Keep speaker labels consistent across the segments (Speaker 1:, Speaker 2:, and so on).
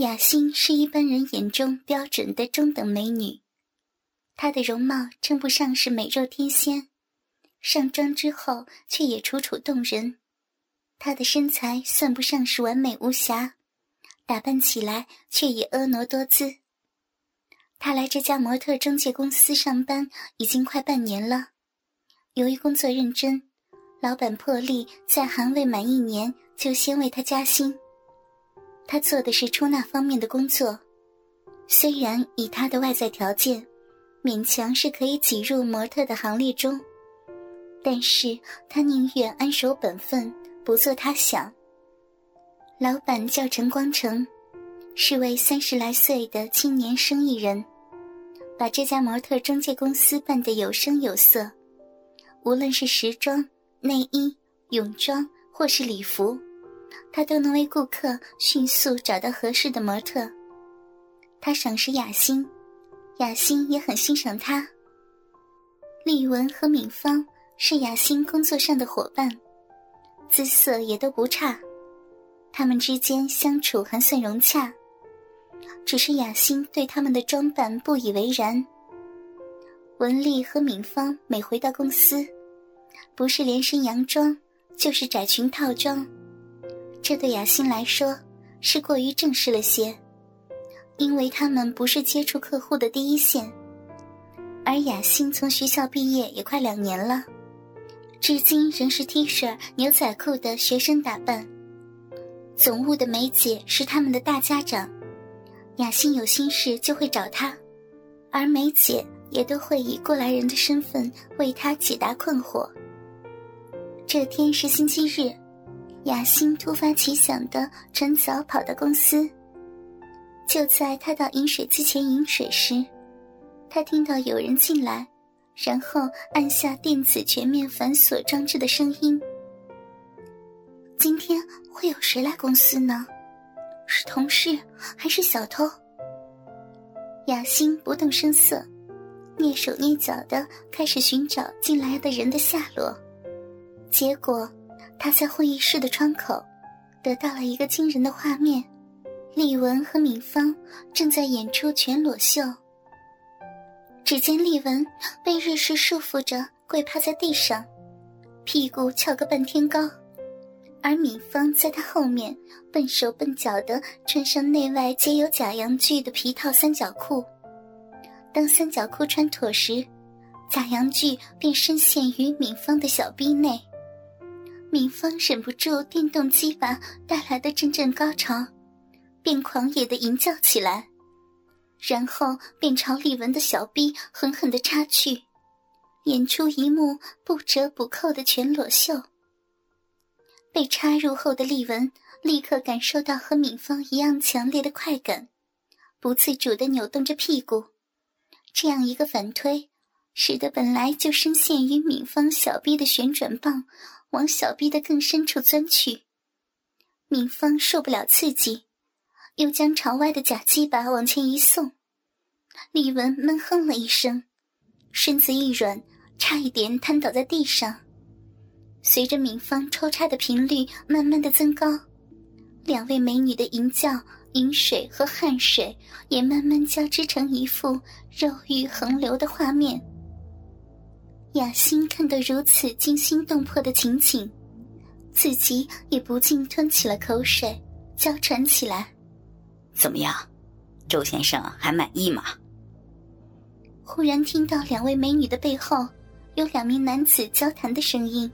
Speaker 1: 雅欣是一般人眼中标准的中等美女，她的容貌称不上是美若天仙，上妆之后却也楚楚动人。她的身材算不上是完美无瑕，打扮起来却也婀娜多姿。她来这家模特中介公司上班已经快半年了，由于工作认真，老板破例在还未满1年就先为她加薪。她做的是出纳方面的工作，虽然以她的外在条件勉强是可以挤入模特的行列中，但是她宁愿安守本分，不做他想。老板叫陈光诚，是位30来岁的青年生意人，把这家模特中介公司办得有声有色，无论是时装、内衣、泳装或是礼服，他都能为顾客迅速找到合适的模特。他赏识雅欣，雅欣也很欣赏他。丽文和敏芳是雅欣工作上的伙伴，姿色也都不差，他们之间相处还算融洽。只是雅欣对他们的装扮不以为然。文丽和敏芳每回到公司，不是连身洋装，就是窄裙套装，这对雅欣来说是过于正式了些，因为他们不是接触客户的第一线。而雅欣从学校毕业也快2年了，至今仍是 T 恤牛仔裤的学生打扮。总务的梅姐是他们的大家长，雅欣有心事就会找她，而梅姐也都会以过来人的身份为她解答困惑。这天是星期日，雅欣突发奇想地晨早跑到公司。就在她到饮水机前饮水时，她听到有人进来，然后按下电子全面反锁装置的声音。今天会有谁来公司呢？是同事还是小偷？雅欣不动声色，蹑手蹑脚地开始寻找进来的人的下落。结果她在会议室的窗口得到了一个惊人的画面，丽文和敏芳正在演出全裸秀。只见丽文被日式束缚着跪趴在地上，屁股翘个半天高，而敏芳在她后面笨手笨脚地穿上内外皆有假阳具的皮套三角裤。当三角裤穿妥时，假阳具便深陷于敏芳的小逼内。敏芳忍不住电动鸡巴带来的阵阵高潮，便狂野地淫叫起来，然后便朝丽文的小逼狠狠地插去，演出一幕不折不扣的全裸秀。被插入后的丽文立刻感受到和敏芳一样强烈的快感，不自主地扭动着屁股。这样一个反推，使得本来就深陷于敏芳小逼的旋转棒往小逼的更深处钻去。敏芳受不了刺激，又将朝外的假鸡巴往前一送。丽文闷哼了一声，身子一软，差一点瘫倒在地上。随着敏芳抽插的频率慢慢的增高，两位美女的淫叫、饮水和汗水也慢慢交织成一幅肉欲横流的画面。雅欣看到如此惊心动魄的情景，自己也不禁吞起了口水，娇喘起来。
Speaker 2: 怎么样，周先生还满意吗？
Speaker 1: 忽然听到两位美女的背后有2名男子交谈的声音。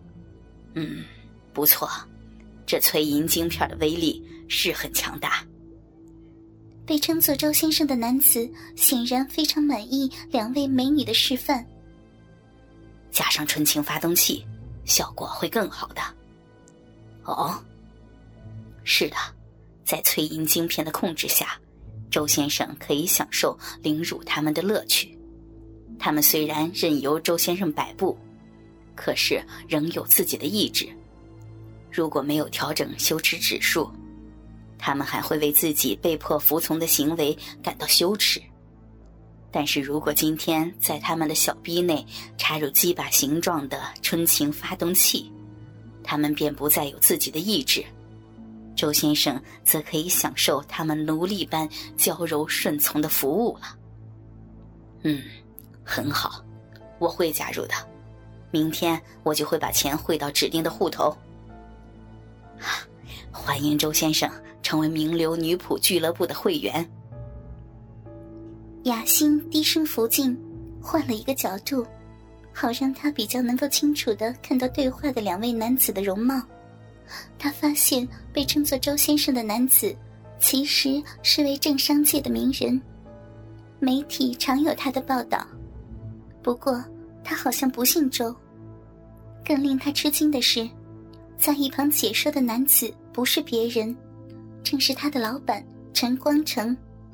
Speaker 2: 不错，这催淫晶片的威力是很强大。
Speaker 1: 被称作周先生的男子显然非常满意2位美女的示范。
Speaker 2: 加上纯情发动器，效果会更好的。哦，是的，在催淫晶片的控制下，周先生可以享受凌辱他们的乐趣。他们虽然任由周先生摆布，可是仍有自己的意志。如果没有调整羞耻指数，他们还会为自己被迫服从的行为感到羞耻。但是如果今天在他们的小逼内插入鸡巴形状的春情发动器，他们便不再有自己的意志， 周先生则可以享受他们奴隶般娇柔顺从的服务了。很好，我会加入的。明天我就会把钱汇到指定的户头。欢迎周先生成为名流女仆俱乐部的会员。
Speaker 1: 雅欣低声扶敬，换了一个角度，好让他比较能够清楚地看到对话的两位男子的容貌。他发现被称作周先生的男子其实是位政商界的名人，媒体常有他的报道。不过他好像不姓周。更令他吃惊的是，在一旁解说的男子不是别人，正是他的老板陈光诚。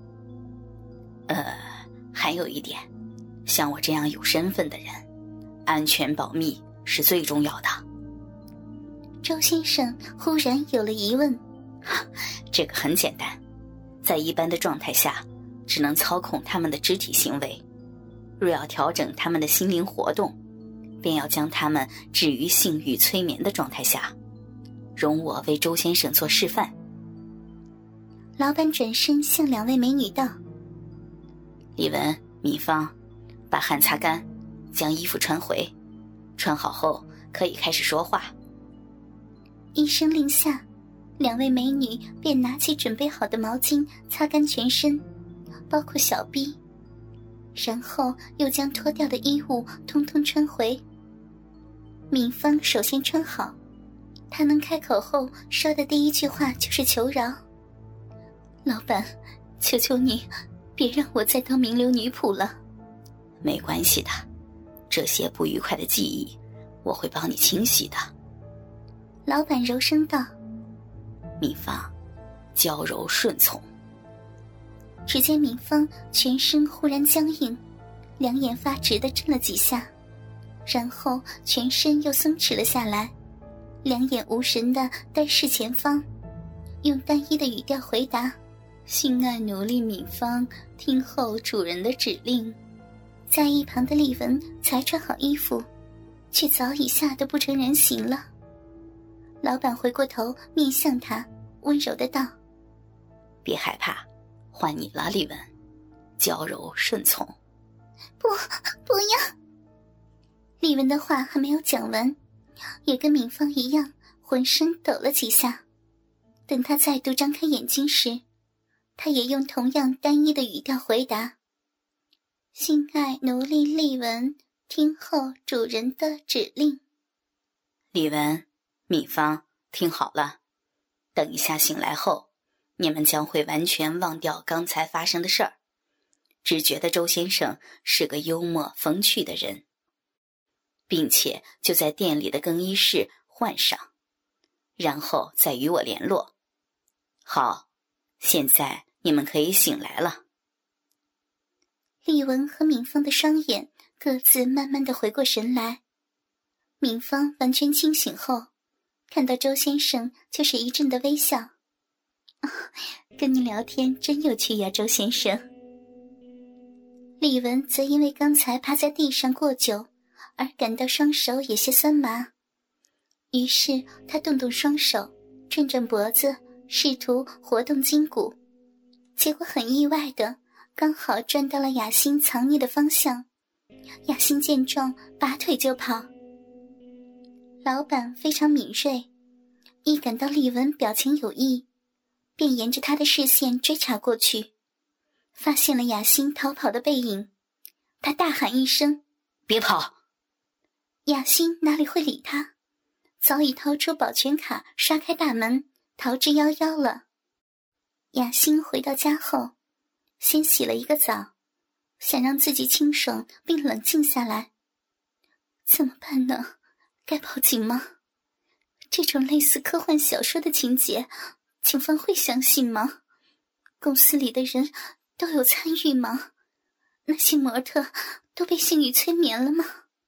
Speaker 2: 还有一点，像我这样有身份的人，安全保密是最重要的。
Speaker 1: 周先生忽然有了疑问。
Speaker 2: 这个很简单，在一般的状态下，只能操控他们的肢体行为，若要调整他们的心灵活动，便要将他们置于性欲催眠的状态下。容我为周先生做示范。
Speaker 1: 老板转身向两位美女道：
Speaker 2: 李文、米芳，把汗擦干，将衣服穿回，穿好后可以开始说话。
Speaker 1: 一声令下，两位美女便拿起准备好的毛巾擦干全身，包括小臂，然后又将脱掉的衣物通通穿回。敏芳首先穿好，她能开口后说的第一句话就是求饶：老板，求求你别让我再当名流女仆了。
Speaker 2: 没关系的，这些不愉快的记忆我会帮你清洗的。
Speaker 1: 老板柔声道：
Speaker 2: 敏芳，娇柔顺从。
Speaker 1: 只见敏芳全身忽然僵硬，两眼发直地震了几下，然后全身又松弛了下来，两眼无神地呆视前方，用单一的语调回答：性爱奴隶敏芳听候主人的指令。在一旁的丽文才穿好衣服，却早已吓得不成人形了。老板回过头面向他，温柔地道：
Speaker 2: 别害怕，换你了，丽文，娇柔顺从。
Speaker 1: 不要！丽文的话还没有讲完，也跟敏芳一样浑身抖了几下。等他再度张开眼睛时，他也用同样单一的语调回答：性爱奴隶丽文听候主人的指令。
Speaker 2: 丽文、敏芳，听好了，等一下醒来后，你们将会完全忘掉刚才发生的事儿，只觉得周先生是个幽默风趣的人，并且就在店里的更衣室换上，然后再与我联络。好，现在你们可以醒来了。
Speaker 1: 丽文和敏芳的双眼各自慢慢地回过神来。敏芳完全清醒后，看到周先生就是一阵的微笑。跟你聊天真有趣呀，周先生。丽文则因为刚才趴在地上过久而感到双手有些酸麻，于是她动动双手，转转脖子，试图活动筋骨，结果很意外的刚好转到了雅欣藏匿的方向。雅欣见状拔腿就跑。老板非常敏锐，一感到丽文表情有异，便沿着他的视线追查过去，发现了雅欣逃跑的背影。他大喊一声：
Speaker 2: 别跑！
Speaker 1: 雅欣哪里会理他，早已掏出保全卡刷开大门逃之夭夭了。雅欣回到家后，先洗了一个澡，想让自己清爽并冷静下来。怎么办呢？该报警吗？这种类似科幻小说的情节，警方会相信吗？公司里的人都有参与吗？那些模特都被性欲催眠了吗？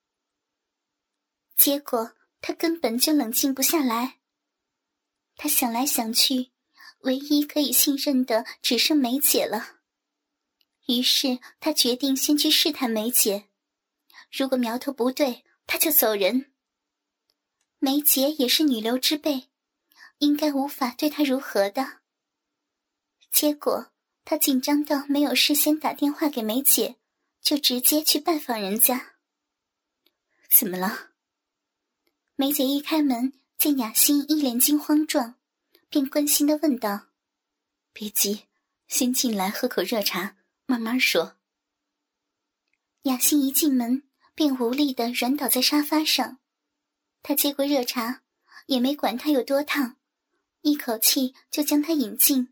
Speaker 1: 结果他根本就冷静不下来。他想来想去，唯一可以信任的只剩梅姐了。于是他决定先去试探梅姐，如果苗头不对，他就走人。梅姐也是女流之辈， 应该无法对他如何的。结果他紧张到没有事先打电话给梅姐，就直接去拜访人家。
Speaker 2: 怎么了？
Speaker 1: 梅姐一开门见雅欣一脸惊慌状，便关心地问道：
Speaker 2: 别急，先进来喝口热茶，慢慢说。
Speaker 1: 雅欣一进门便无力地软倒在沙发上，她接过热茶，也没管它有多烫，一口气就将它饮尽。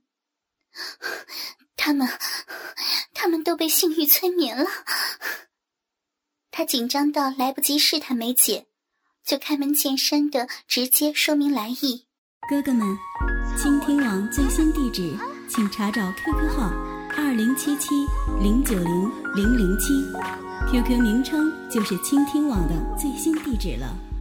Speaker 1: 他们都被性欲催眠了。她紧张到来不及试探梅姐，就开门见山地直接说明来意。
Speaker 3: 哥哥们，倾听网最新地址请查找 QQ 号2077090007，QQ 名称就是倾听网的最新地址了。